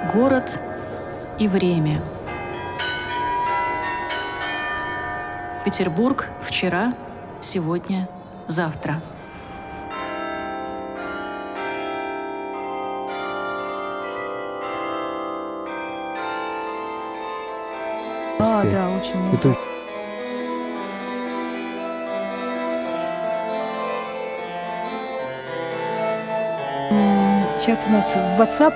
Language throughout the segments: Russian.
Город и время. Петербург вчера, сегодня, завтра. Да, очень много. Чат у нас в WhatsApp.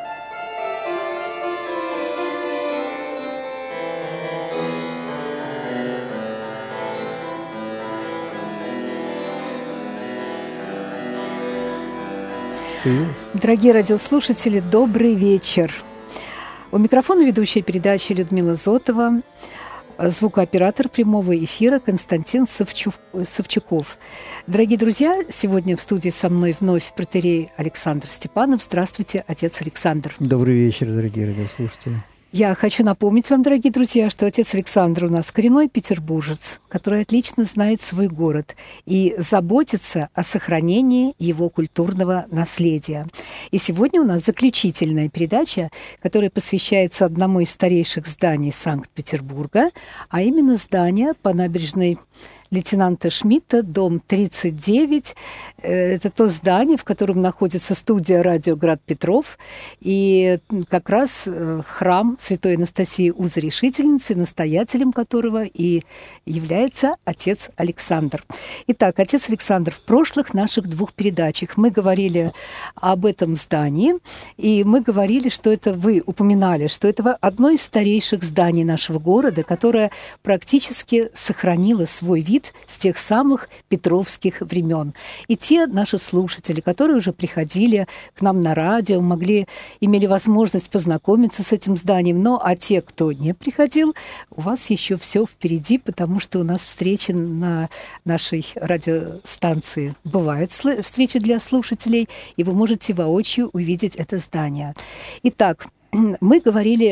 Дорогие радиослушатели, добрый вечер. У микрофона ведущая передачи Людмила Зотова, звукооператор прямого эфира Константин Савчуков. Дорогие друзья, сегодня в студии со мной вновь протоиерей Александр Степанов. Здравствуйте, отец Александр. Добрый вечер, дорогие радиослушатели. Я хочу напомнить вам, дорогие друзья, что отец Александр у нас коренной петербуржец, который отлично знает свой город и заботится о сохранении его культурного наследия. И сегодня у нас заключительная передача, которая посвящается одному из старейших зданий Санкт-Петербурга, а именно здание по набережной лейтенанта Шмидта, дом 39. Это то здание, в котором находится студия «Радио Град Петров», и как раз храм Святой Анастасии Узорешительницы, настоятелем которого и является отец Александр. Итак, отец Александр, в прошлых наших двух передачах мы говорили об этом здании, и мы говорили, что это вы упоминали, что это одно из старейших зданий нашего города, которое практически сохранило свой вид с тех самых петровских времен. И те наши слушатели, которые уже приходили к нам на радио, имели возможность познакомиться с этим зданием. Но а те, кто не приходил, у вас еще все впереди, потому что у нас встречи на нашей радиостанции бывают, встречи для слушателей, и вы можете воочию увидеть это здание. Итак, вы говорили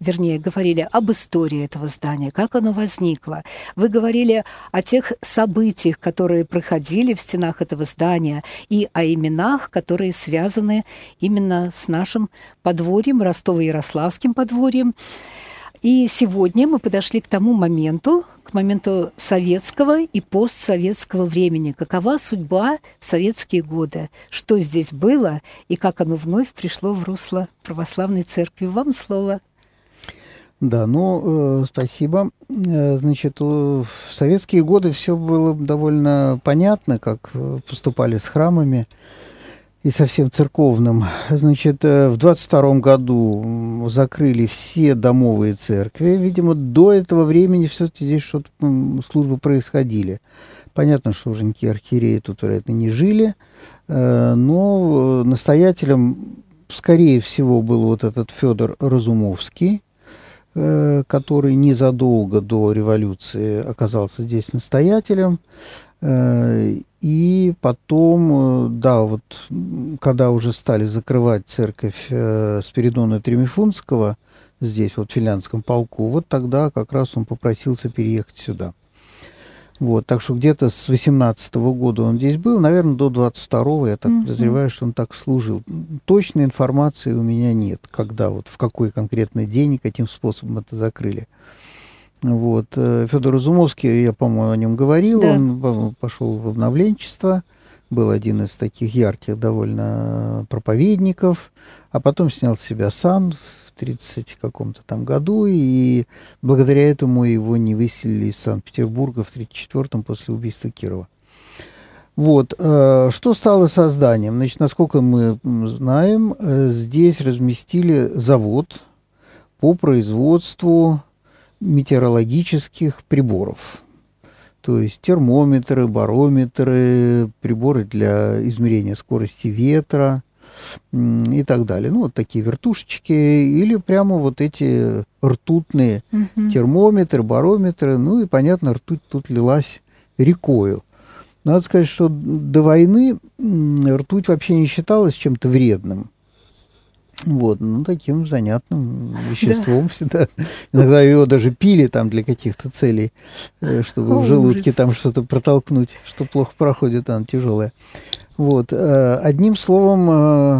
об истории этого здания, как оно возникло. Вы говорили о тех событиях, которые проходили в стенах этого здания, и о именах, которые связаны именно с нашим подворьем, Ростово-Ярославским подворьем. И сегодня мы подошли к моменту советского и постсоветского времени. Какова судьба в советские годы? Что здесь было и как оно вновь пришло в русло православной церкви? Вам слово. Да, спасибо. Значит, в советские годы все было довольно понятно, как поступали с храмами и со всем церковным. Значит, в 22-м году закрыли все домовые церкви. Видимо, до этого времени все-таки здесь что-то, службы происходили. Понятно, что уже никакие архиереи тут, вероятно, не жили, но настоятелем, скорее всего, был вот этот Федор Разумовский, который незадолго до революции оказался здесь настоятелем. И потом, когда уже стали закрывать церковь Спиридона Тремифунтского здесь, в Финляндском полку, тогда как раз он попросился переехать сюда. Так что где-то с 18-го года он здесь был, наверное, до 22-го, я так подозреваю, что он так служил. Точной информации у меня нет, когда, в какой конкретный день и каким способом это закрыли. Федор Разумовский, я, по-моему, о нем говорил, да. Он пошел в обновленчество, был один из таких ярких довольно проповедников, а потом снял с себя сан в 30 каком-то там году, и благодаря этому его не выселили из Санкт-Петербурга в 1934-м после убийства Кирова. Что стало со зданием? Значит, насколько мы знаем, здесь разместили завод по производству метеорологических приборов, то есть термометры, барометры, приборы для измерения скорости ветра и так далее. Такие вертушечки или прямо эти ртутные термометры, барометры. И, понятно, ртуть тут лилась рекою. Надо сказать, что до войны ртуть вообще не считалась чем-то вредным. Таким занятным веществом всегда. Иногда его даже пили там для каких-то целей, чтобы в желудке там что-то протолкнуть, что плохо проходит, она тяжелая. Одним словом,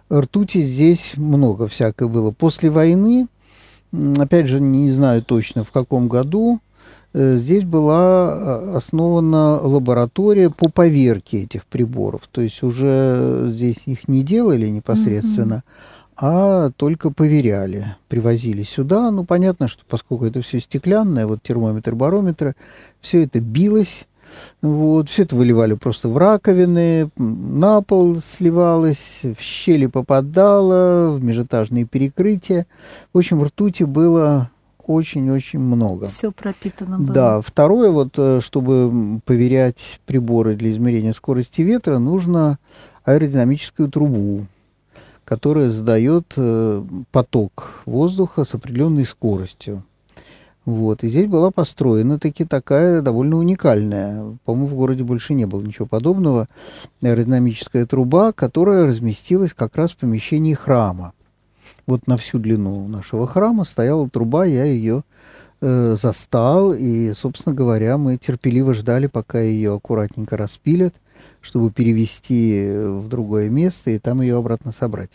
ртути здесь много всякое было. После войны, опять же, не знаю точно в каком году, здесь была основана лаборатория по поверке этих приборов. То есть уже здесь их не делали непосредственно, а только поверяли, привозили сюда. Ну, понятно, что поскольку это все стеклянное, вот термометр, барометры, все это билось, вот, все это выливали просто в раковины, на пол сливалось, в щели попадало, в межэтажные перекрытия. В общем, ртути было очень-очень много. Все пропитано было. Да. Второе, вот, чтобы поверять приборы для измерения скорости ветра, нужно аэродинамическую трубу, которая задает поток воздуха с определенной скоростью. Вот. И здесь была построена таки такая довольно уникальная, по-моему, в городе больше не было ничего подобного, аэродинамическая труба, которая разместилась как раз в помещении храма. Вот на всю длину нашего храма стояла труба, я ее застал, и, собственно говоря, мы терпеливо ждали, пока ее аккуратненько распилят, чтобы перевести в другое место и там ее обратно собрать.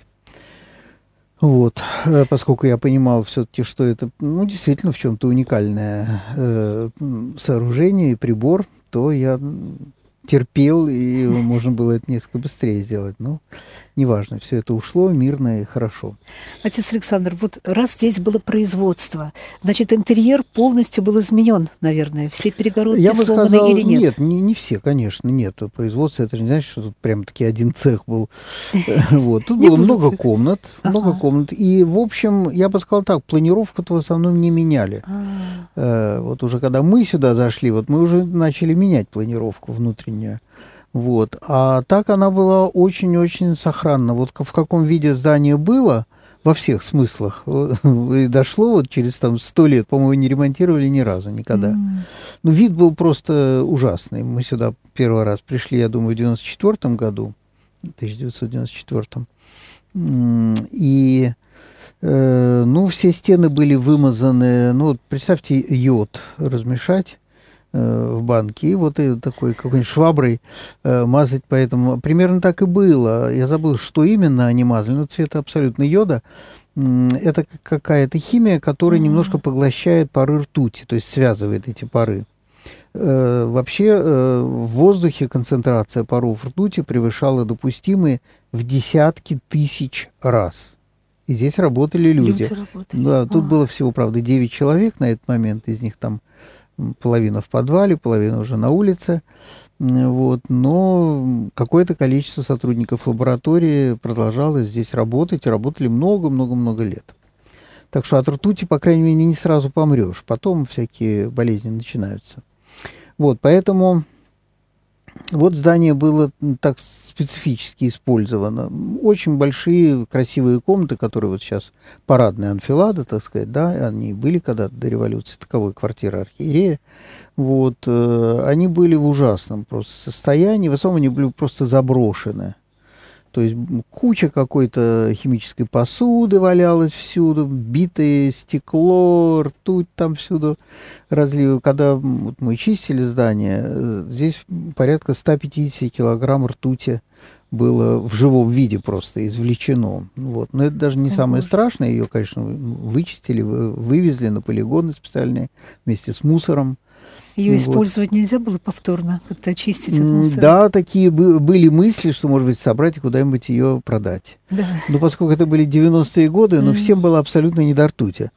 Вот, поскольку я понимал все-таки, что это, ну, действительно в чем-то уникальное сооружение и прибор, то я терпел, и можно было это несколько быстрее сделать. Но неважно, все это ушло мирно и хорошо. Отец Александр, вот раз здесь было производство, значит, интерьер полностью был изменен, наверное. Все перегородки я бы сломаны сказал, или нет? Нет, не все, конечно, нет. Производство, это же не значит, что тут прям-таки один цех был. Вот. Тут было много комнат, И, в общем, я бы сказал так, планировку-то в основном не меняли. Вот уже когда мы сюда зашли, вот мы уже начали менять планировку внутреннюю. Вот. А так она была очень-очень сохранна. Вот в каком виде здание было, во всех смыслах, и дошло вот через там 100 лет, по-моему, не ремонтировали ни разу, никогда. Ну, вид был просто ужасный. Мы сюда первый раз пришли, я думаю, в 1994 году, 1994. И, ну, все стены были вымазаны, ну, вот представьте, йод размешать в банке, и вот такой какой-нибудь шваброй мазать, поэтому примерно так и было. Я забыл, что именно они мазали, но цвета абсолютно йода. Это какая-то химия, которая немножко поглощает пары ртути, то есть связывает эти пары. Вообще в воздухе концентрация паров ртути превышала допустимые в десятки тысяч раз. И здесь работали люди. Да, тут было всего, правда, 9 человек на этот момент, из них там половина в подвале, половина уже на улице. Вот. Но какое-то количество сотрудников лаборатории продолжало здесь работать, и работали много-много-много лет. Так что от ртути, по крайней мере, не сразу помрешь. Потом всякие болезни начинаются. Вот, поэтому вот здание было так специфически использовано. Очень большие красивые комнаты, которые вот сейчас парадная анфилада, так сказать, да, они были когда-то до революции, таковой квартира архиерея. Вот, они были в ужасном просто состоянии, в основном они были просто заброшены. То есть куча какой-то химической посуды валялась всюду, битое стекло, ртуть там всюду разливы. Когда вот мы чистили здание, здесь порядка 150 килограмм ртути было в живом виде просто извлечено. Вот. Но это даже не самое страшное. Ее, конечно, вычистили, вывезли на полигоны специальные вместе с мусором. Ее использовать нельзя было повторно, как-то очистить от мусора? Да, такие были мысли, что, может быть, собрать и куда-нибудь ее продать. Да. Но поскольку это были 90-е годы, но всем было абсолютно не до ртути.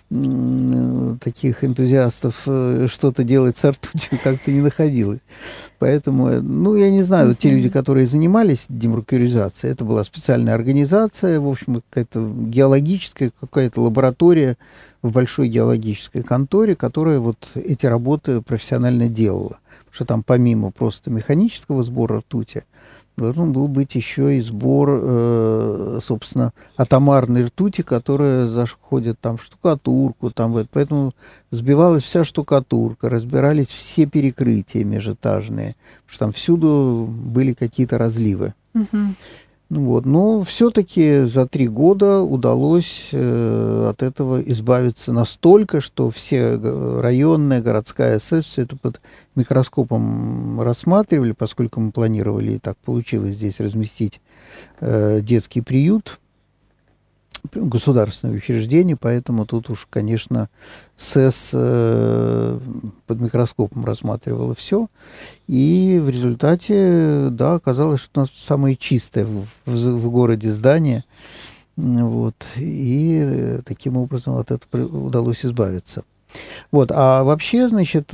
Таких энтузиастов что-то делать с ртутью как-то не находилось. Поэтому, ну, я не знаю, вот те люди, которые занимались демеркуризацией, это была специальная организация, в общем, какая-то геологическая, какая-то лаборатория в большой геологической конторе, которая вот эти работы профессионально делала. Потому что там помимо просто механического сбора ртути, должен был быть еще и сбор, собственно, атомарной ртути, которая заходит там в штукатурку, там в это. Поэтому сбивалась вся штукатурка, разбирались все перекрытия межэтажные, потому что там всюду были какие-то разливы. Вот. Но все-таки за 3 года удалось от этого избавиться настолько, что все районная, городская СС все это под микроскопом рассматривали, поскольку мы планировали, и так получилось здесь разместить детский приют, государственное учреждение, поэтому тут уж, конечно, СЭС под микроскопом рассматривала все, и в результате, да, оказалось, что у нас самое чистое в городе здание, вот, и таким образом от этого удалось избавиться. Вот, а вообще, значит,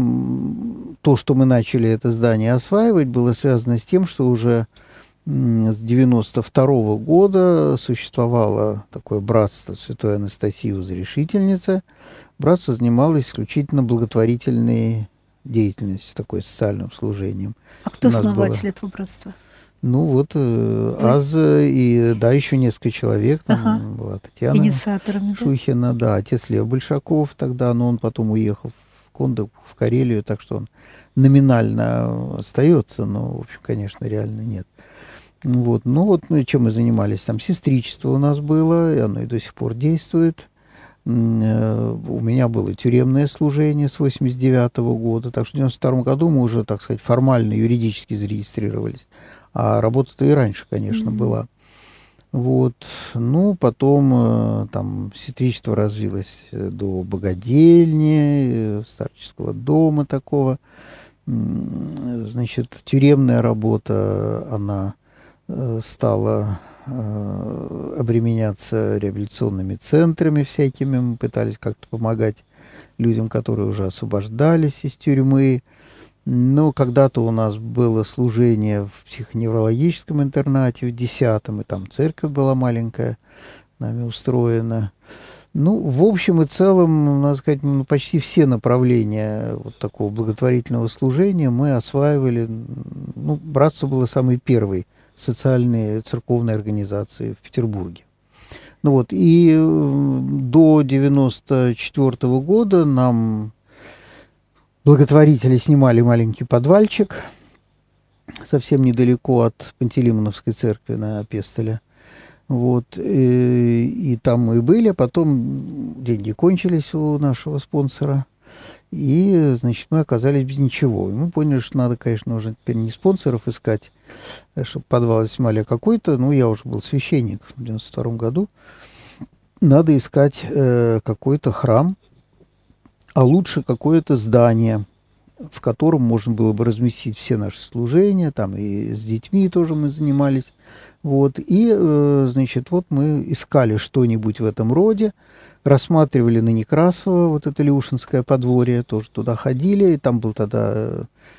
то, что мы начали это здание осваивать, было связано с тем, что уже с 92 года существовало такое братство Святой Анастасии Возрешительницы. Братство занималось исключительно благотворительной деятельностью, такой социальным служением. А кто основатель этого братства? Ну вот Аза и, да, еще несколько человек. Там была Татьяна Шухина, да, отец Лев Большаков тогда, но он потом уехал в Кондо, в Карелию, так что он номинально остается, но, в общем, конечно, реально нет. Вот. Ну вот, чем мы занимались. Там сестричество у нас было, и оно и до сих пор действует. У меня было тюремное служение с 89 года, так что в 92 году мы уже, так сказать, формально, юридически зарегистрировались. А работа-то и раньше, конечно, была. Вот. Ну, потом там сестричество развилось до богадельни, старческого дома такого. Значит, тюремная работа, она стала обременяться реабилитационными центрами всякими. Мы пытались как-то помогать людям, которые уже освобождались из тюрьмы. Но когда-то у нас было служение в психоневрологическом интернате в 10-м, и там церковь была маленькая, нами устроена. Ну, в общем и целом, надо сказать, почти все направления вот такого благотворительного служения мы осваивали. Ну, братство было самой первой социальной церковной организацией в Петербурге. Ну вот, и до 94 года нам благотворители снимали маленький подвальчик совсем недалеко от Пантелеймоновской церкви на Пестеле. Вот, и там мы были, а потом деньги кончились у нашего спонсора, и, значит, мы оказались без ничего. И мы поняли, что надо, конечно, уже теперь не спонсоров искать, чтобы подвал снимали, а какой-то, ну, я уже был священник в 92 году, надо искать какой-то храм, а лучше какое-то здание, в котором можно было бы разместить все наши служения, там и с детьми тоже мы занимались. Вот, и, значит, вот мы искали что-нибудь в этом роде, рассматривали на Некрасово, вот это Леушинское подворье, тоже туда ходили, и там был тогда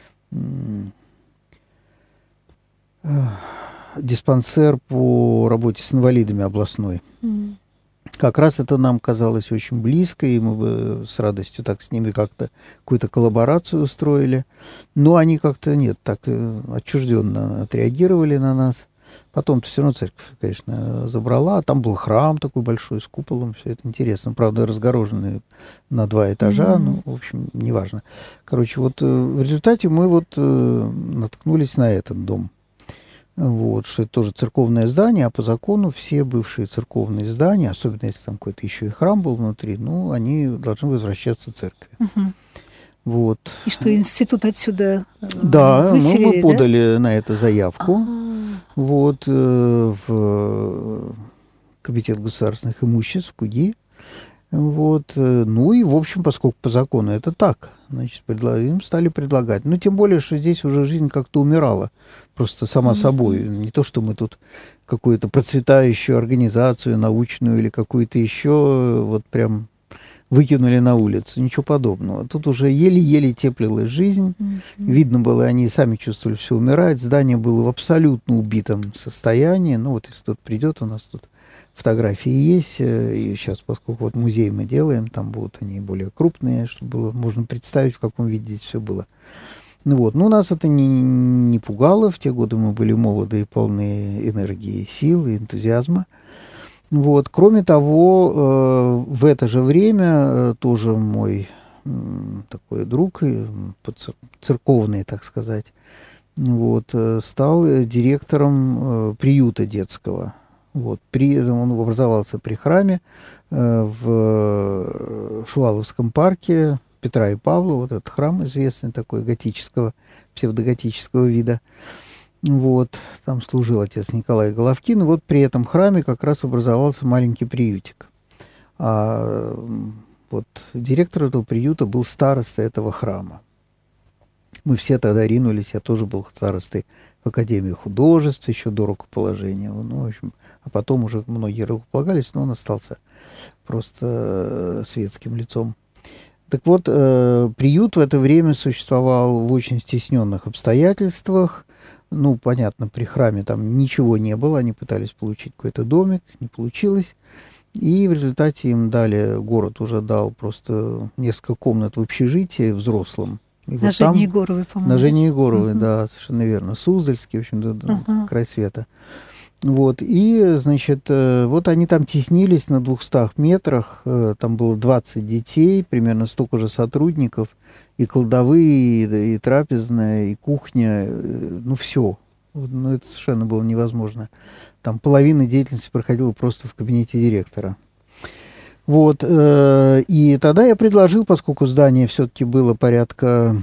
диспансер по работе с инвалидами областной. Как раз это нам казалось очень близко, и мы бы с радостью так с ними как-то какую-то коллаборацию устроили. Но они как-то, нет, так отчужденно отреагировали на нас. Потом-то все равно церковь, конечно, забрала. Там был храм такой большой с куполом, все это интересно. Правда, разгороженный на 2 этажа, ну, в общем, неважно. Короче, вот в результате мы вот наткнулись на этот дом. Вот, что это тоже церковное здание, а по закону все бывшие церковные здания, особенно если там какой-то еще и храм был внутри, ну, они должны возвращаться в церковь. Вот. И что, институт отсюда да, выселили, мы подали, да? На это заявку. А-а-а. Вот, в Комитет государственных имуществ, КУГИ. Вот, ну и, в общем, поскольку по закону это так, значит, им стали предлагать. Ну, тем более, что здесь уже жизнь как-то умирала, просто сама собой. Не то, что мы тут какую-то процветающую организацию научную или какую-то еще вот прям выкинули на улицу, ничего подобного. Тут уже еле-еле теплилась жизнь. Видно было, они сами чувствовали, все умирает. Здание было в абсолютно убитом состоянии. Ну, вот если кто-то придет, у нас тут фотографии есть. И сейчас, поскольку вот музей мы делаем, там будут они более крупные, чтобы было можно представить, в каком виде здесь все было. Ну вот, но нас это не пугало. В те годы мы были молоды и полны энергии, сил и энтузиазма. Вот. Кроме того, в это же время тоже мой такой друг, церковный, так сказать, вот, стал директором приюта детского. Вот, он образовался при храме в Шуваловском парке Петра и Павла, вот этот храм известный такой, готического, псевдоготического вида. Вот, там служил отец Николай Головкин, и вот при этом храме как раз образовался маленький приютик. А вот директор этого приюта был староста этого храма. Мы все тогда ринулись, я тоже был старостой в Академии художеств, еще до рукоположения. Ну, в общем, а потом уже многие рукополагались, но он остался просто светским лицом. Так вот, приют в это время существовал в очень стесненных обстоятельствах. Ну, понятно, при храме там ничего не было, они пытались получить какой-то домик, не получилось. И в результате им дали, город уже дал просто несколько комнат в общежитии взрослым. И на Жене Егоровой, по-моему. На Жене Егоровой, да, совершенно верно. Суздальский, в общем, край света. Вот, и, значит, вот они там теснились на 200 метрах, там было 20 детей, примерно столько же сотрудников, и кладовые, и трапезная, и кухня, ну, все. Ну, это совершенно было невозможно. Там половина деятельности проходила просто в кабинете директора. Вот, и тогда я предложил, поскольку здание все-таки было порядка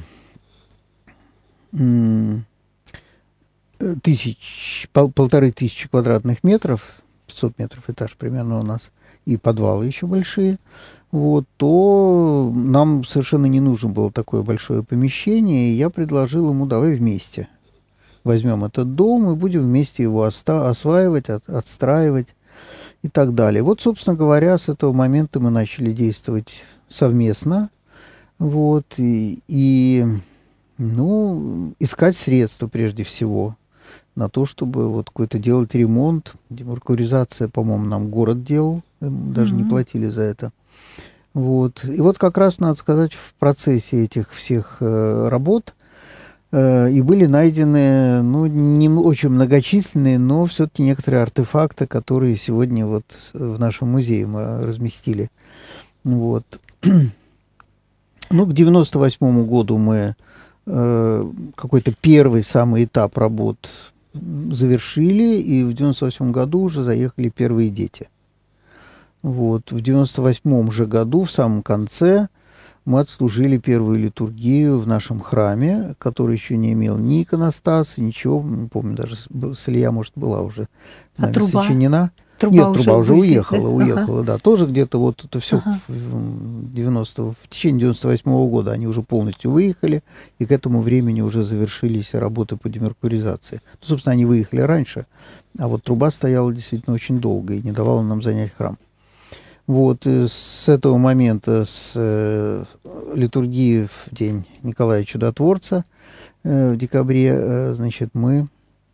1500 квадратных метров, 500 метров этаж примерно у нас, и подвалы еще большие, вот, то нам совершенно не нужно было такое большое помещение, и я предложил ему: давай вместе возьмем этот дом и будем вместе его осваивать, отстраивать и так далее. Вот, собственно говоря, с этого момента мы начали действовать совместно, вот, и ну, искать средства прежде всего на то, чтобы вот какой-то делать ремонт. Демеркуризация, по-моему, нам город делал, даже не платили за это. Вот. И вот как раз, надо сказать, в процессе этих всех работ и были найдены, ну, не очень многочисленные, но все-таки некоторые артефакты, которые сегодня вот в нашем музее мы разместили. Вот. Ну, к 98-му году мы какой-то первый самый этап работ завершили, и в 98-м году уже заехали первые дети. Вот. В 98-м же году, в самом конце, мы отслужили первую литургию в нашем храме, который еще не имел ни иконостаса, ничего, не помню, даже солия, может, была уже сочинена. Нет, труба уже уехала, да. Тоже где-то вот это все в течение 98-го года они уже полностью выехали, и к этому времени уже завершились работы по демеркуризации. Ну, собственно, они выехали раньше, а вот труба стояла действительно очень долго и не давала нам занять храм. Вот, и с этого момента, с литургии в день Николая Чудотворца в декабре, значит, мы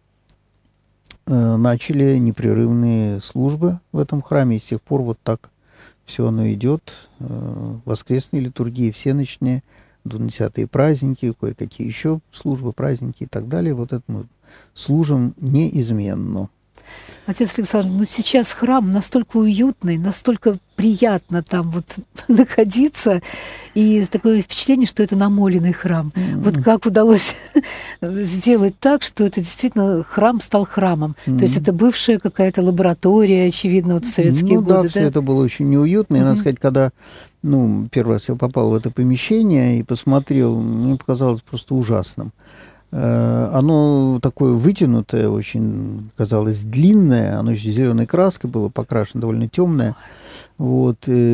начали непрерывные службы в этом храме, и с тех пор вот так все оно идет. Воскресные литургии, всеночные, 20-е праздники, кое-какие еще службы, праздники и так далее. Вот это мы служим неизменно. Отец Александр, ну сейчас храм настолько уютный, настолько приятно там вот находиться, и такое впечатление, что это намоленный храм. Вот как удалось сделать так, что это действительно храм стал храмом? То есть это бывшая какая-то лаборатория, очевидно, вот в советские годы. Да, все это было очень неуютно. И, надо сказать, когда первый раз я попал в это помещение и посмотрел, мне показалось просто ужасным. Оно такое вытянутое, очень казалось длинное, оно еще зеленой краской было покрашено, довольно темное. Вот,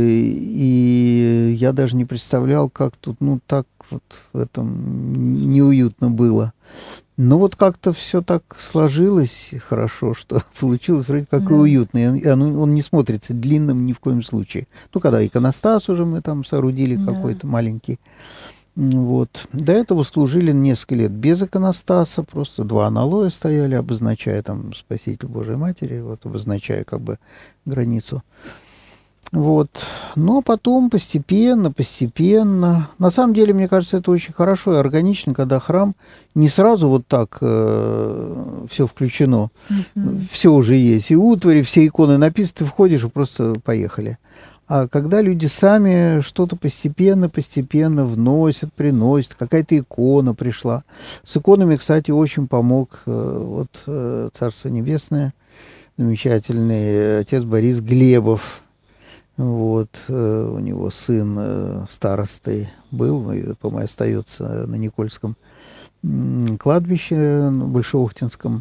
и я даже не представлял, как тут, так вот в этом неуютно было. Но вот как-то все так сложилось хорошо, что получилось вроде как и уютно. И он не смотрится длинным ни в коем случае. Когда иконостас уже мы там соорудили какой-то маленький. Вот. До этого служили несколько лет без иконостаса, просто 2 аналоя стояли, обозначая там Спаситель Божией Матери, вот, обозначая как бы границу. Вот. Но потом постепенно, на самом деле, мне кажется, это очень хорошо и органично, когда храм не сразу вот так все включено, все уже есть, и утвари, все иконы написаны, ты входишь и просто поехали. А когда люди сами что-то постепенно вносят, приносят, какая-то икона пришла. С иконами, кстати, очень помог Царство Небесное, замечательный отец Борис Глебов. У него сын старостой был, по-моему, остается на Никольском кладбище Большеохтинском.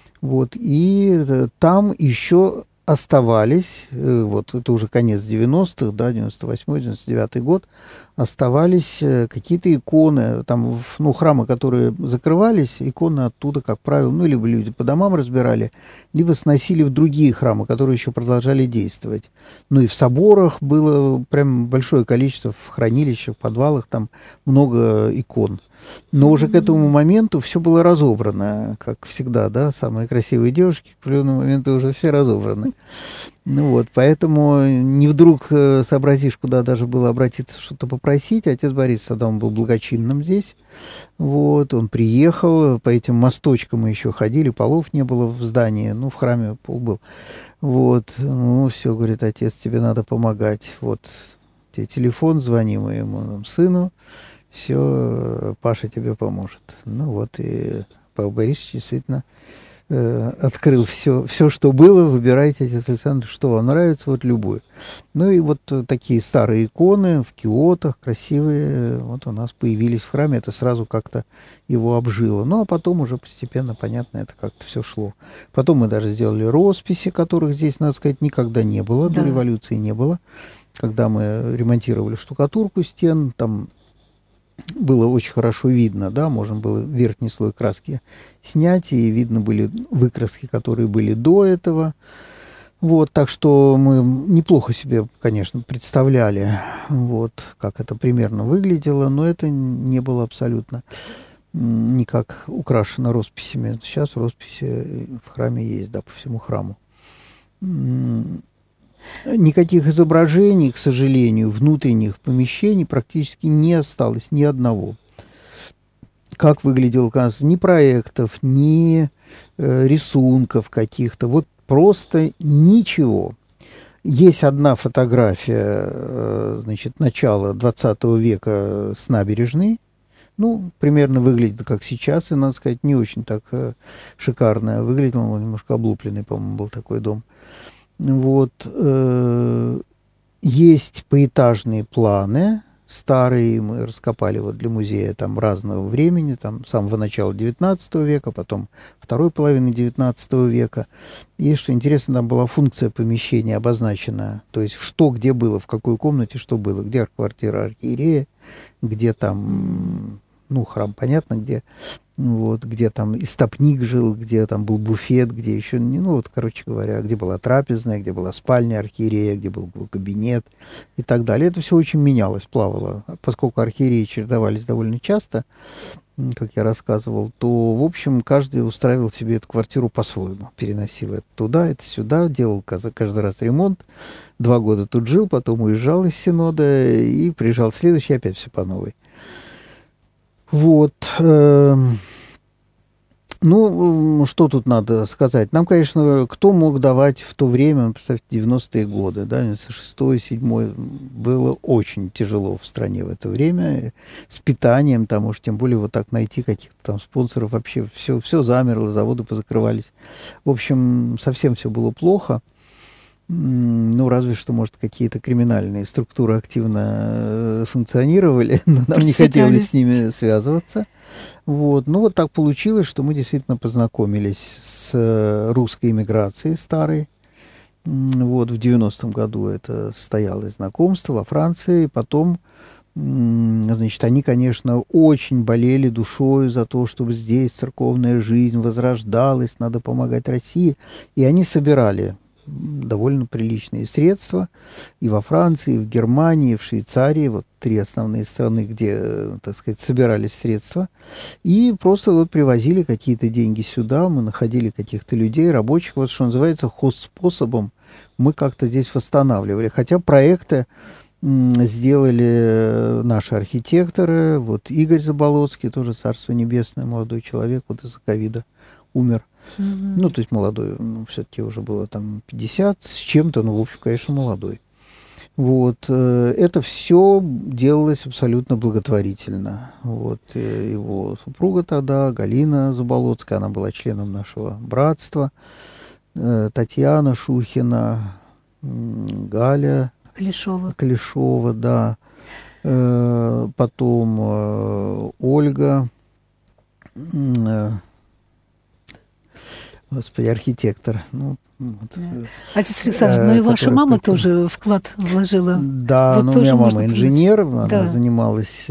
И там еще оставались, это уже конец 90-х, 98-й, 99-й год, оставались какие-то иконы, там, храмы, которые закрывались, иконы оттуда, как правило, либо люди по домам разбирали, либо сносили в другие храмы, которые еще продолжали действовать. И в соборах было прям большое количество, в хранилищах, в подвалах, там много икон. Но уже к этому моменту все было разобрано, как всегда, да, самые красивые девушки к определенному моменту уже все разобраны. Поэтому не вдруг сообразишь, куда даже было обратиться, что-то попросить. Отец Борис тогда он был благочинным здесь. Он приехал, по этим мосточкам мы еще ходили, полов не было в здании, в храме пол был. Все, говорит, отец, тебе надо помогать. Тебе телефон, звони моему сыну. Все, Паша тебе поможет. И Павел Борисович действительно открыл все, что было. Выбирайте, отец Александр, что вам нравится, любую. Такие старые иконы в киотах, красивые, у нас появились в храме. Это сразу как-то его обжило. А потом уже постепенно, понятно, это как-то все шло. Потом мы даже сделали росписи, которых здесь, надо сказать, никогда не было, до революции не было. Когда мы ремонтировали штукатурку стен, там было очень хорошо видно, да, можно было верхний слой краски снять, и видно были выкраски, которые были до этого. Так что мы неплохо себе, конечно, представляли, как это примерно выглядело, но это не было абсолютно никак украшено росписями. Сейчас росписи в храме есть, да, по всему храму. Никаких изображений, к сожалению, внутренних помещений практически не осталось, ни одного. Как выглядел канал, ни проектов, ни рисунков каких-то, просто ничего. Есть одна фотография, начала 20 века с набережной, примерно выглядит как сейчас, и, надо сказать, не очень так шикарно. Выглядел он немножко облупленный, по-моему, был такой дом. Есть поэтажные планы старые, мы раскопали для музея там разного времени, там с самого начала 19 века, потом второй половины 19 века. И, что интересно, там была функция помещения обозначена, то есть что где было, в какой комнате что было, где квартира архиерея, где там, храм, понятно, где там истопник жил, где там был буфет, где еще, короче говоря, где была трапезная, где была спальня архиерея, где был кабинет и так далее. Это все очень менялось, плавало. Поскольку архиереи чередовались довольно часто, как я рассказывал, то, в общем, каждый устраивал себе эту квартиру по-своему. Переносил это туда, это сюда, делал каждый раз ремонт. 2 года тут жил, потом уезжал из Синода и приезжал следующий, опять все по новой. Что тут надо сказать? Нам, конечно, кто мог давать в то время, представьте, 90-е годы, да, 96-й, 97-й, было очень тяжело в стране в это время, с питанием, там, уж тем более так найти каких-то там спонсоров, вообще все замерло, заводы позакрывались. В общем, совсем все было плохо. Разве что, может, какие-то криминальные структуры активно функционировали, но нам не хотелось с ними связываться. Так получилось, что мы действительно познакомились с русской эмиграцией старой. В 90-м году это состоялось знакомство во Франции. Потом, они, конечно, очень болели душой за то, чтобы здесь церковная жизнь возрождалась, надо помогать России. И они собирали довольно приличные средства и во Франции, и в Германии, и в Швейцарии, 3 основные страны, где, так сказать, собирались средства, и просто привозили какие-то деньги сюда, мы находили каких-то людей, рабочих, что называется, хозспособом мы как-то здесь восстанавливали, хотя проекты сделали наши архитекторы, Игорь Заболоцкий, тоже Царство Небесное, молодой человек, из-за ковида умер. То есть молодой, все-таки уже было там 50 с чем-то, в общем, конечно, молодой. Вот. Это все делалось абсолютно благотворительно. Вот. Его супруга тогда, Галина Заболоцкая, она была членом нашего братства, Татьяна Шухина, Галя Клешова, да. Потом Ольга, господи, архитектор. Ну, вот, Отец Александр, ну и ваша мама тоже вклад вложила. Да, вот у меня мама инженер, инженер, она занималась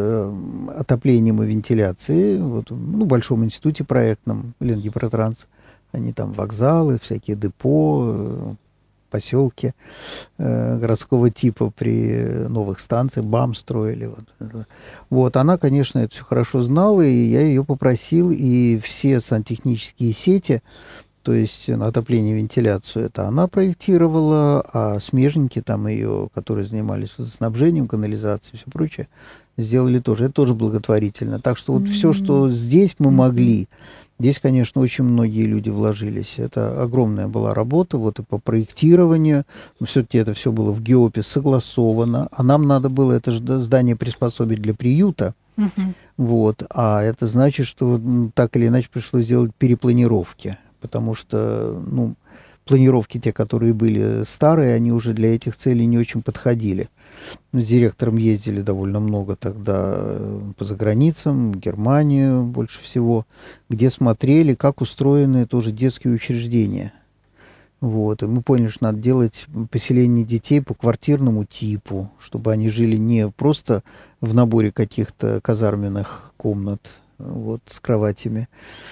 отоплением и вентиляцией в Большом институте проектном, Ленгипротранс. Они там вокзалы, всякие депо, поселки городского типа при новых станциях, БАМ строили. Вот, она, конечно, это все хорошо знала, и я ее попросил, и все сантехнические сети, то есть отопление и вентиляцию, это она проектировала, а смежники там ее, которые занимались водоснабжением, канализацией и все прочее, сделали тоже. Это тоже благотворительно. Так что вот все, что здесь мы могли, здесь, конечно, очень многие люди вложились. Это огромная была работа, вот и по проектированию. Все-таки это все было в ГИОПе согласовано. А нам надо было это же здание приспособить для приюта. Вот. А это значит, что так или иначе пришлось сделать перепланировки. Потому что, планировки те, которые были старые, они уже для этих целей не очень подходили. С директором ездили довольно много тогда по заграницам, в Германию больше всего, где смотрели, как устроены тоже детские учреждения. Вот. И мы поняли, что надо делать поселение детей по квартирному типу, чтобы они жили не просто в наборе каких-то казарменных комнат с кроватями,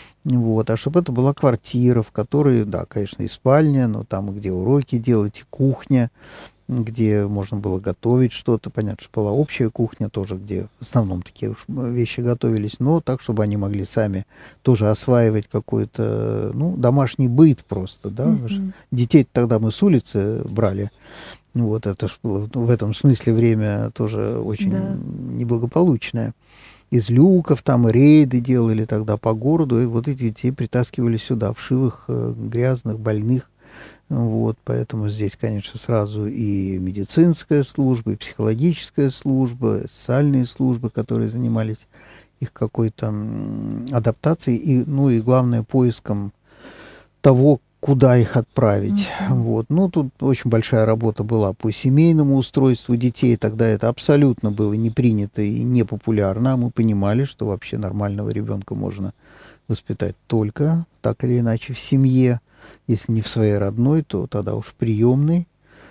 а чтобы это была квартира, в которой, да, конечно, и спальня, но там, где уроки делать, и кухня, где можно было готовить что-то. Понятно, что была общая кухня тоже, где в основном такие вещи готовились, но так, чтобы они могли сами тоже осваивать какой-то, домашний быт просто, да. Детей тогда мы с улицы брали. Это ж было в этом смысле время тоже очень неблагополучное. Из люков там рейды делали тогда по городу, и вот эти детей притаскивали сюда, вшивых, грязных, больных. Поэтому здесь, конечно, сразу и медицинская служба, и психологическая служба, и социальные службы, которые занимались их какой-то адаптацией, и главное, поиском того, куда их отправить. Тут очень большая работа была по семейному устройству детей. Тогда это абсолютно было не принято и не популярно. А мы понимали, что вообще нормального ребенка можно воспитать только так или иначе в семье. Если не в своей родной, то тогда уж в приемной.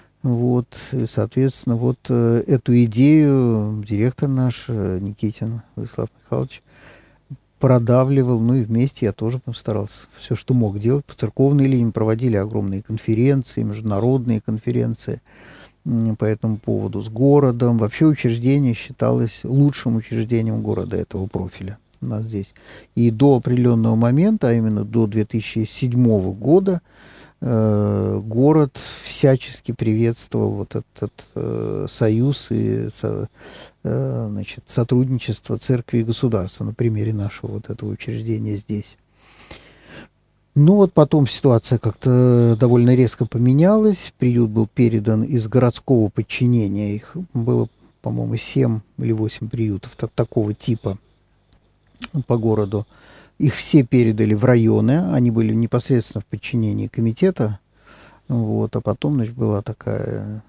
И, соответственно, эту идею директор наш Никитин Владислав Михайлович продавливал, и вместе я тоже постарался все, что мог делать. По церковной линии проводили огромные конференции, международные конференции по этому поводу с городом. Вообще учреждение считалось лучшим учреждением города этого профиля у нас здесь. И до определенного момента, а именно до 2007 года, город всячески приветствовал этот союз и сотрудничество церкви и государства на примере нашего этого учреждения здесь. Потом ситуация как-то довольно резко поменялась. Приют был передан из городского подчинения. Их было, по-моему, 7 или 8 приютов такого типа по городу. Их все передали в районы, они были непосредственно в подчинении комитета, а потом, была такая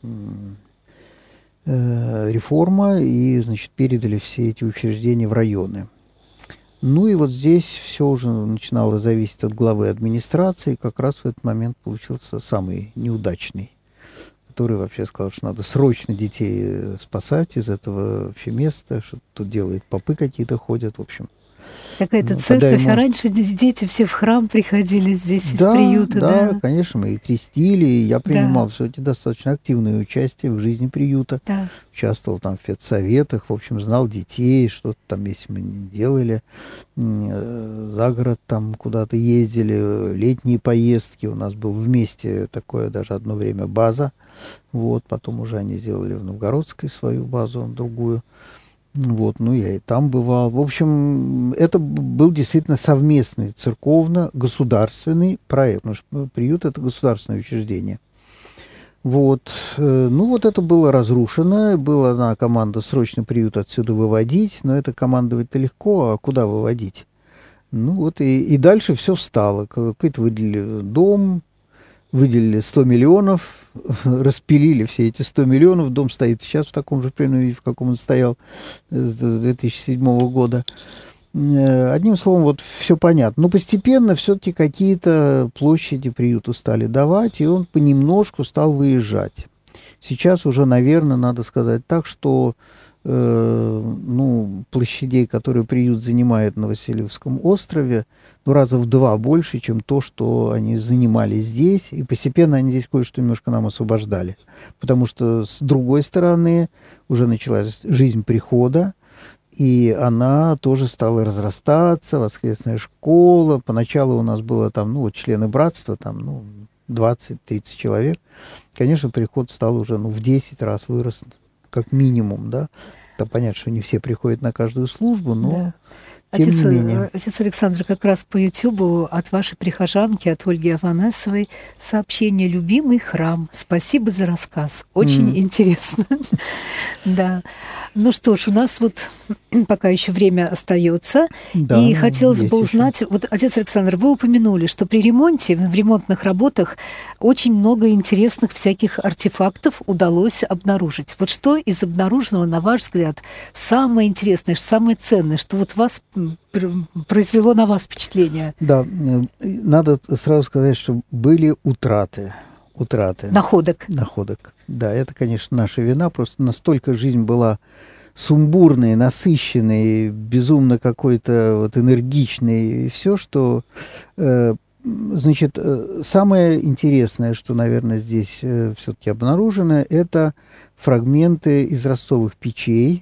реформа, и, передали все эти учреждения в районы. Здесь все уже начинало зависеть от главы администрации, как раз в этот момент получился самый неудачный, который вообще сказал, что надо срочно детей спасать из этого вообще места, что тут делают попы какие-то ходят, в общем. Какая-то церковь, а раньше дети все в храм приходили здесь из приюта, да? Да, конечно, мы и крестили, и я принимал все-таки достаточно активное участие в жизни приюта, участвовал там в педсоветах, в общем, знал детей, что-то там, если мы не делали, за город там куда-то ездили, летние поездки, у нас был вместе такое даже одно время база, потом уже они сделали в Новгородской свою базу, другую. Я и там бывал. В общем, это был действительно совместный церковно-государственный проект, потому что приют – это государственное учреждение. Вот. Ну, вот это было разрушено. Была одна команда срочно приют отсюда выводить, но это командовать-то легко, а куда выводить? Ну, вот и дальше все встало. Какой-то выделили дом, выделили 100 миллионов, распилили все эти 100 миллионов. Дом стоит сейчас в таком же примерно виде, в каком он стоял с 2007 года. Одним словом, вот все понятно. Но постепенно все-таки какие-то площади приюту стали давать, и он понемножку стал выезжать. Сейчас уже, наверное, надо сказать так, что площадей, которые приют занимает на Васильевском острове, раза в 2 больше, чем то, что они занимали здесь. И постепенно они здесь кое-что немножко нам освобождали. Потому что, с другой стороны, уже началась жизнь прихода, и она тоже стала разрастаться, воскресная школа. Поначалу у нас было там, члены братства, 20-30 человек. Конечно, приход стал уже в 10 раз вырос, как минимум, да. Да, понятно, что не все приходят на каждую службу, но да. тем не менее. Отец Александр, как раз по Ютубу от вашей прихожанки, от Ольги Афанасьевой, сообщение «Любимый храм. Спасибо за рассказ». Очень интересно. Да. Ну что ж, у нас вот пока еще время остается, и хотелось бы узнать, вот, отец Александр, вы упомянули, что при ремонте, в ремонтных работах очень много интересных всяких артефактов удалось обнаружить. Вот что из обнаруженного, на ваш взгляд, самое интересное, самое ценное, что вот вас произвело на вас впечатление? Да, надо сразу сказать, что были утраты. Находок. Да, это, конечно, наша вина. Просто настолько жизнь была сумбурной, насыщенной, безумно какой-то энергичной, и все, что... самое интересное, что, наверное, здесь все-таки обнаружено, это фрагменты изразцовых печей,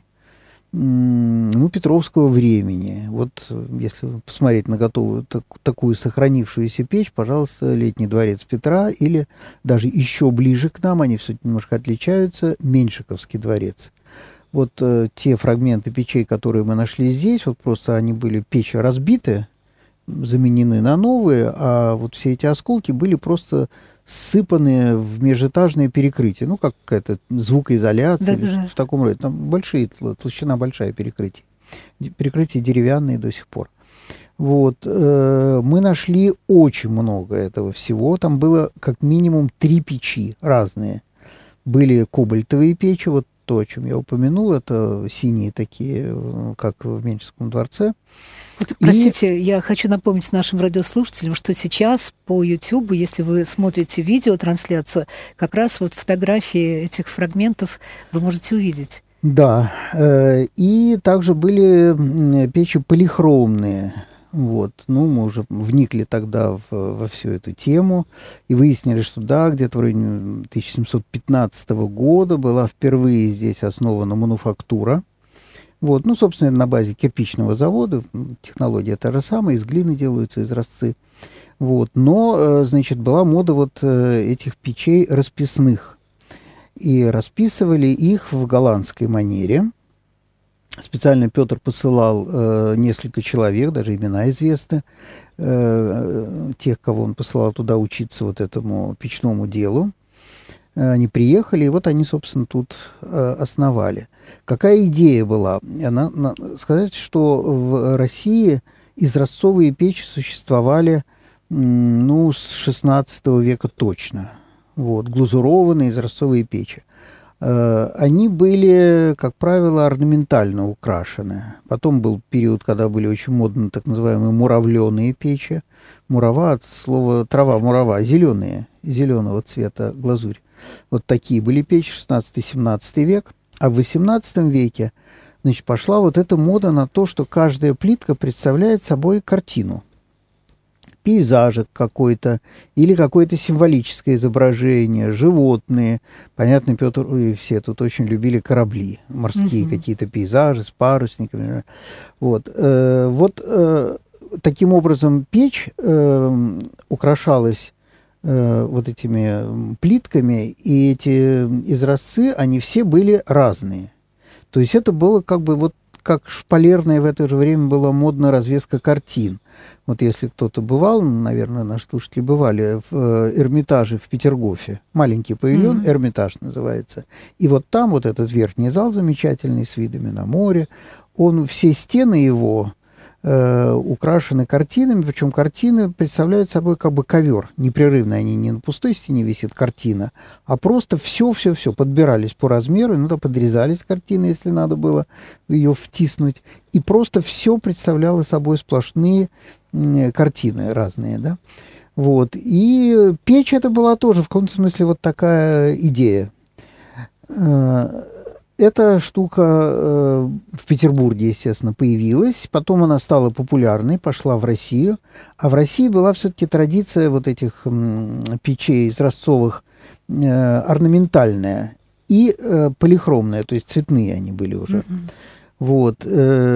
Петровского времени. Вот если посмотреть на готовую такую сохранившуюся печь, пожалуйста, Летний дворец Петра, или даже еще ближе к нам, они все немножко отличаются, Меньшиковский дворец. Вот те фрагменты печей, которые мы нашли здесь, вот просто они были печи разбиты, заменены на новые, а вот все эти осколки были просто ссыпанные в межэтажные перекрытия, как какая-то звукоизоляция, в таком роде. Там толщина большая перекрытие. Перекрытия деревянные до сих пор. Вот. Мы нашли очень много этого всего. Там было как минимум 3 печи разные. Были кобальтовые печи, вот то, о чем я упомянул, это синие такие, как в Меньшиковском дворце. Вот, простите, я хочу напомнить нашим радиослушателям, что сейчас по YouTube, если вы смотрите видеотрансляцию, как раз вот фотографии этих фрагментов вы можете увидеть. Да, и также были печи полихромные. Вот. Мы уже вникли тогда во всю эту тему и выяснили, что да, где-то в районе 1715 года была впервые здесь основана мануфактура. Вот. Собственно, на базе кирпичного завода, технология та же самая, из глины делаются изразцы. Вот. Но, была мода этих печей расписных. И расписывали их в голландской манере. Специально Петр посылал несколько человек, даже имена известны, тех, кого он посылал туда учиться этому печному делу. Они приехали, и они, собственно, тут основали. Какая идея была? Сказать, что в России изразцовые печи существовали, с XVI века точно. Вот, глазурованные изразцовые печи. Они были, как правило, орнаментально украшены. Потом был период, когда были очень модны так называемые муравленые печи. Мурава от слова трава, мурава, зеленого цвета глазурь. Вот такие были печи, 16-17 век. А в XVIII веке, пошла эта мода на то, что каждая плитка представляет собой картину. Пейзажик какой-то или какое-то символическое изображение, животные. Понятно, Петр и все тут очень любили корабли, морские какие-то пейзажи с парусниками. Таким образом печь украшалась этими плитками, и эти изразцы, они все были разные. То есть это было как шпалерная в это же время была модна развеска картин. Вот если кто-то бывал, наверное, наши слушатели бывали в Эрмитаже в Петергофе. Маленький павильон, Эрмитаж называется. И вот там вот этот верхний зал замечательный с видами на море. Все стены его украшены картинами, причем картины представляют собой как бы ковер. Непрерывно они не на пустой стене висит картина, а просто все подбирались по размеру, иногда подрезались картины, если надо было ее втиснуть. И просто все представляло собой сплошные картины разные, да. Вот. И печь это была тоже в каком-то смысле вот такая идея. Эта штука в Петербурге, естественно, появилась, потом она стала популярной, пошла в Россию, а в России была все-таки традиция вот этих печей изразцовых орнаментальная и полихромная, то есть цветные они были уже. Вот.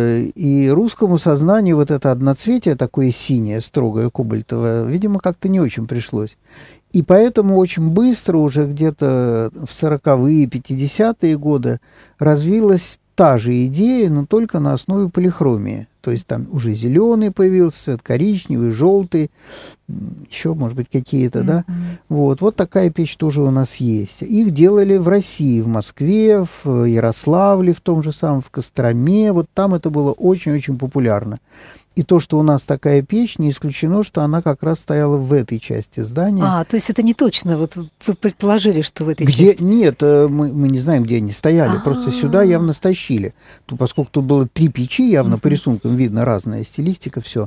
И русскому сознанию вот это одноцветие такое синее, строгое, кобальтовое, видимо, как-то не очень пришлось. И поэтому очень быстро, уже где-то в 40-е, 50-е годы, развилась та же идея, но только на основе полихромии. То есть там уже зеленый появился, цвет коричневый, желтый, еще, может быть, какие-то, да. Вот такая печь тоже у нас есть. Их делали в России, в Москве, в Ярославле, в том же самом, в Костроме. Вот там это было очень-очень популярно. И то, что у нас такая печь, не исключено, что она как раз стояла в этой части здания. То есть это не точно, вот вы предположили, что в этой части? Нет, мы не знаем, где они стояли, просто сюда явно стащили. Поскольку тут было 3 печи, явно по рисункам видно разная стилистика, все.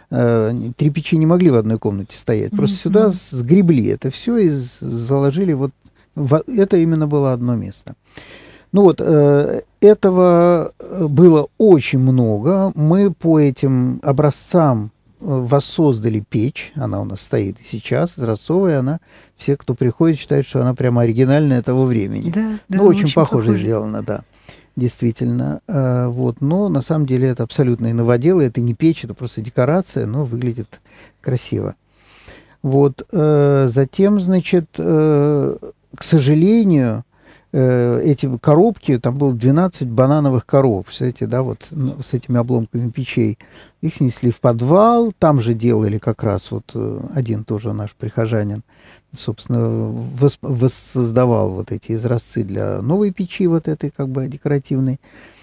3 печи не могли в одной комнате стоять, просто сюда сгребли это все и заложили вот... Это именно было одно место. Ну вот, этого было очень много. Мы по этим образцам воссоздали печь. Она у нас стоит и сейчас, изразцовая. Она, все, кто приходит, считают, что она прямо оригинальная того времени. Да, очень похоже сделано, да. Действительно. Вот. Но на самом деле это абсолютно новоделы. Это не печь, это просто декорация, но выглядит красиво. Вот. Затем, значит, к сожалению... эти коробки, там было 12 банановых коробок, представляете, да, вот с этими обломками печей. Их снесли в подвал, там же делали как раз вот один тоже наш прихожанин, собственно, воссоздавал вот эти изразцы для новой печи вот этой как бы декоративной.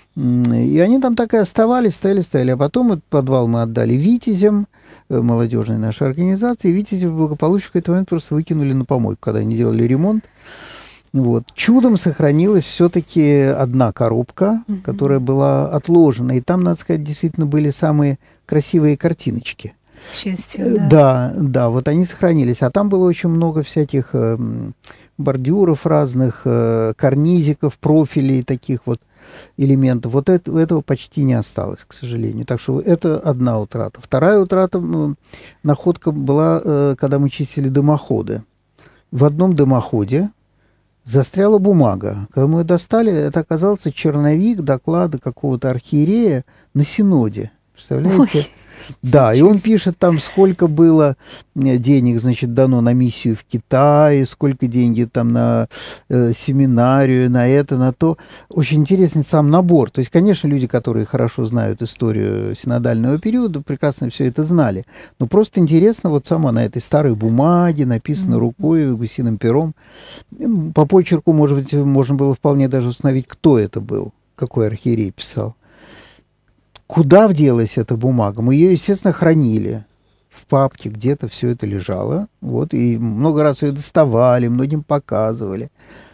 И они там так и оставались, стояли. А потом этот подвал мы отдали Витязям, молодежной нашей организации. И Витязи благополучно в какой-то момент просто выкинули на помойку, когда они делали ремонт. Вот. Чудом сохранилась все-таки одна коробка, которая была отложена. И там, надо сказать, действительно были самые красивые картиночки. К счастью, да. Да, вот они сохранились. А там было очень много всяких бордюров разных, карнизиков, профилей таких вот элементов. Вот этого почти не осталось, к сожалению. Так что это одна утрата. Вторая утрата, находка была, когда мы чистили дымоходы. В одном дымоходе застряла бумага. Когда мы ее достали, это оказался черновик доклада какого-то архиерея на синоде. Представляете? Ой. Да, и он пишет там, сколько было денег, значит, дано на миссию в Китае, сколько денег там на семинарию, на это, на то. Очень интересный сам набор. То есть, конечно, люди, которые хорошо знают историю синодального периода, прекрасно все это знали. Но просто интересно, вот сама на этой старой бумаге, написано рукой, гусиным пером. По почерку, может быть, можно было вполне даже установить, кто это был, какой архиерей писал. Куда вделась эта бумага? Мы ее, естественно, хранили в папке, где-то все это лежало. Вот, и много раз ее доставали, многим показывали.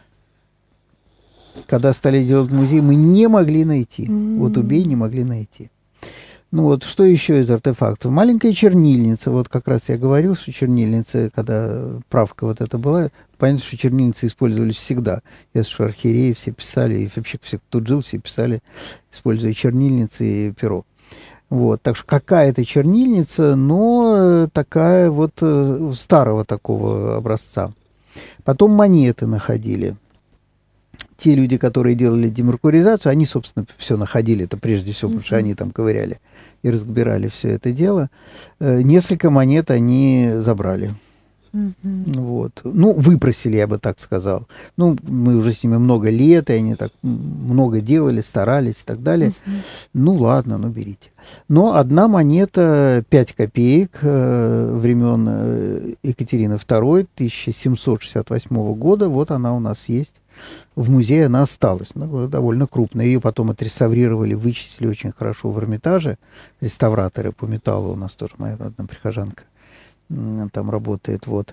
Когда стали делать музей, мы не могли найти. Вот убей, не могли найти. Ну вот, что еще из артефактов? Маленькая чернильница. Вот как раз я говорил, что чернильница, когда правка вот эта была, понятно, что чернильницы использовались всегда. Ясно, что архиереи все писали, и вообще все, кто тут жил, все писали, используя чернильницы и перо. Вот, так что какая-то чернильница, но такая вот старого такого образца. Потом монеты находили. Те люди, которые делали демеркуризацию, они, собственно, все находили, это прежде всего, потому что они там ковыряли и разбирали все это дело. Несколько монет они забрали. Вот. Ну, выпросили, я бы так сказал. Ну, мы уже с ними много лет, и они так много делали, старались и так далее. Ну, ладно, ну, берите. Но одна монета 5 копеек времен Екатерины II 1768 года, вот она у нас есть. В музее она осталась, ну, довольно крупная. Ее потом отреставрировали, вычистили очень хорошо в Эрмитаже. Реставраторы по металлу, у нас тоже моя одна прихожанка там работает, вот.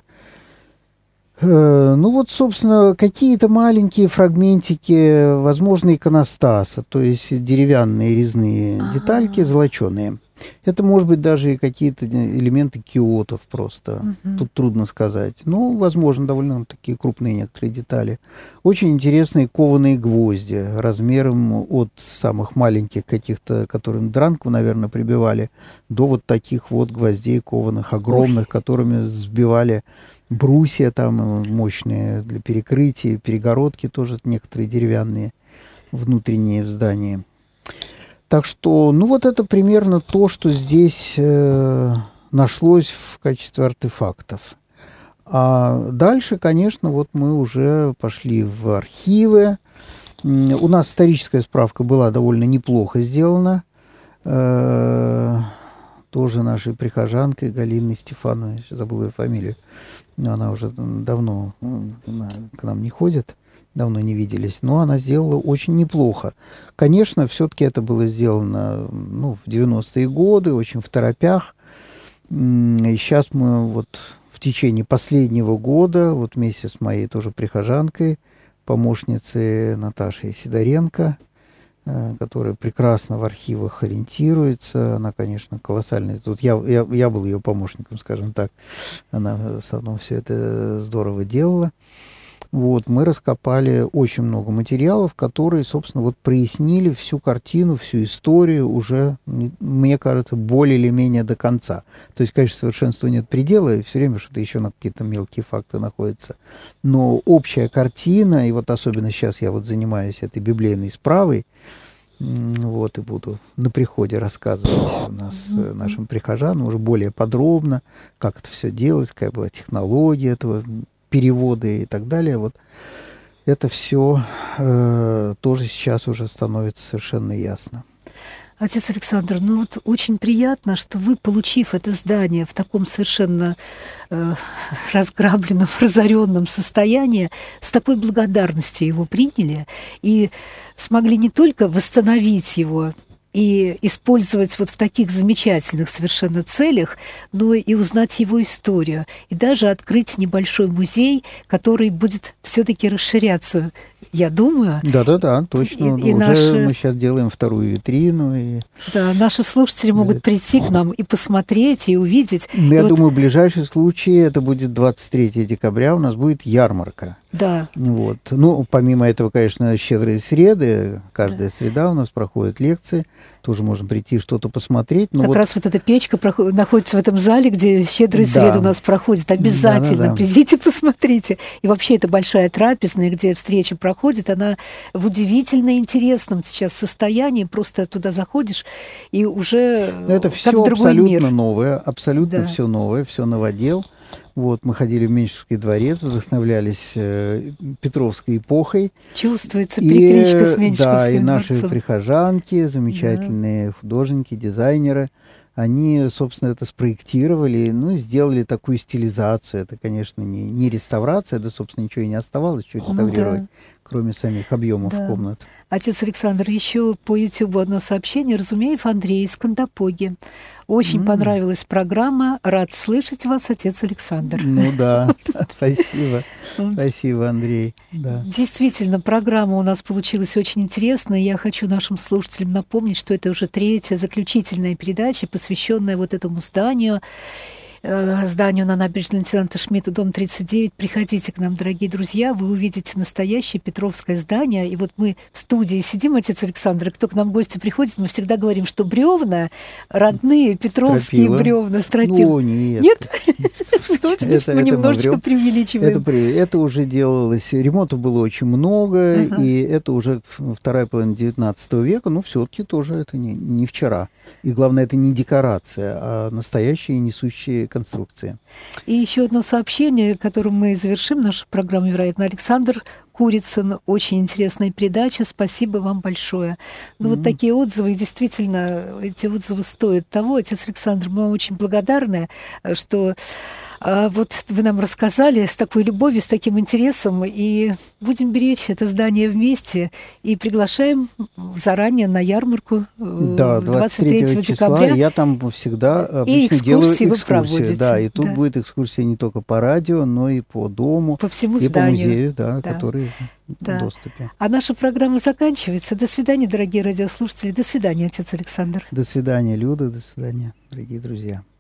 Ну вот, собственно, какие-то маленькие фрагментики, возможно, иконостаса, то есть деревянные резные детальки, золоченые. Это, может быть, даже и какие-то элементы киотов просто. Тут трудно сказать. Ну, возможно, довольно такие крупные некоторые детали. Очень интересные кованые гвозди размером от самых маленьких каких-то, которым дранку, наверное, прибивали, до вот таких вот гвоздей кованых, огромных, которыми сбивали брусья там мощные для перекрытия, перегородки тоже некоторые деревянные внутренние в здании. Так что, ну вот это примерно то, что здесь нашлось в качестве артефактов. А дальше, конечно, вот мы уже пошли в архивы. У нас историческая справка была довольно неплохо сделана. Тоже нашей прихожанкой Галиной Стефановной, забыл ее фамилию. Она уже давно к нам не ходит. Давно не виделись, но она сделала очень неплохо. Конечно, все-таки это было сделано в 90-е годы, очень второпях. И сейчас мы вот в течение последнего года, вот вместе с моей тоже прихожанкой, помощницей Наташей Сидоренко, которая прекрасно в архивах ориентируется, она, конечно, колоссальная. Тут я был ее помощником, скажем так. Она в основном все это здорово делала. Вот, мы раскопали очень много материалов, которые, собственно, вот прояснили всю картину, всю историю уже, мне кажется, более или менее до конца. То есть, конечно, совершенству нет предела, и все время что-то еще на какие-то мелкие факты находятся. Но общая картина, и вот особенно сейчас я вот занимаюсь этой библейной справой, вот, и буду на приходе рассказывать у нас нашим прихожанам уже более подробно, как это все делать, какая была технология этого, переводы и так далее. Вот это все тоже сейчас уже становится совершенно ясно. Отец Александр, ну вот очень приятно, что вы, получив это здание в таком совершенно разграбленном, разоренном состоянии, с такой благодарностью его приняли и смогли не только восстановить его и использовать вот в таких замечательных совершенно целях, но и узнать его историю, и даже открыть небольшой музей, который будет все-таки расширяться, я думаю. Да, точно. И уже мы сейчас делаем вторую витрину. И... Да, наши слушатели могут прийти к нам и посмотреть, и увидеть. Я думаю, ближайший случай, это будет 23 декабря, у нас будет ярмарка. Да. Вот. Ну, помимо этого, конечно, щедрые среды. Каждая среда у нас проходят лекции. Тоже можно прийти что-то посмотреть. Но как раз вот эта печка находится в этом зале, где щедрые среды у нас проходят. Обязательно придите, посмотрите. И вообще это большая трапезная, где встреча проходит. Она в удивительно интересном сейчас состоянии. Просто туда заходишь и уже это как все в другой абсолютно мир. Новое, абсолютно все новое, все новодел. Вот, мы ходили в Меньшевский дворец, вдохновлялись Петровской эпохой. Чувствуется перекличка с Меньшевским дворцом. Да, и наши дворцом. прихожанки, замечательные художники, дизайнеры, они, собственно, это спроектировали, сделали такую стилизацию. Это, конечно, не реставрация, да, собственно, ничего и не оставалось, что реставрировать, кроме самих объемов комнат. Отец Александр, еще по YouTube одно сообщение. Разумеев Андрей из Кандапоги. Очень понравилась программа. Рад слышать вас, отец Александр. Ну да, спасибо. Спасибо, Андрей. Да. Действительно, программа у нас получилась очень интересная. Я хочу нашим слушателям напомнить, что это уже третья заключительная передача, посвященная вот этому зданию на набережной лейтенанта Шмидта, дом 39. Приходите к нам, дорогие друзья, вы увидите настоящее Петровское здание. И вот мы в студии сидим, отец Александр, и кто к нам в гости приходит, мы всегда говорим, что бревна родные, петровские бревна, стропила. Ну, нет. Нет? Значит, мы немножечко преувеличиваем. Это уже делалось, ремонтов было очень много, и это уже вторая половина 19 века, но все-таки тоже это не вчера. И главное, это не декорация, а настоящие несущие реконструкции. И еще одно сообщение, которым мы завершим нашу программу, вероятно, Александр Курицын. Очень интересная передача. Спасибо вам большое. Ну, вот такие отзывы, и действительно, эти отзывы стоят того. Отец Александр, мы вам очень благодарны, что вот вы нам рассказали с такой любовью, с таким интересом, и будем беречь это здание вместе, и приглашаем заранее на ярмарку 23 декабря. Я там всегда обычно делаю экскурсии. Да, и тут будет экскурсия не только по радио, но и по дому, по всему зданию, по музею, который в доступе. А наша программа заканчивается. До свидания, дорогие радиослушатели. До свидания, отец Александр. До свидания, Люда. До свидания, дорогие друзья.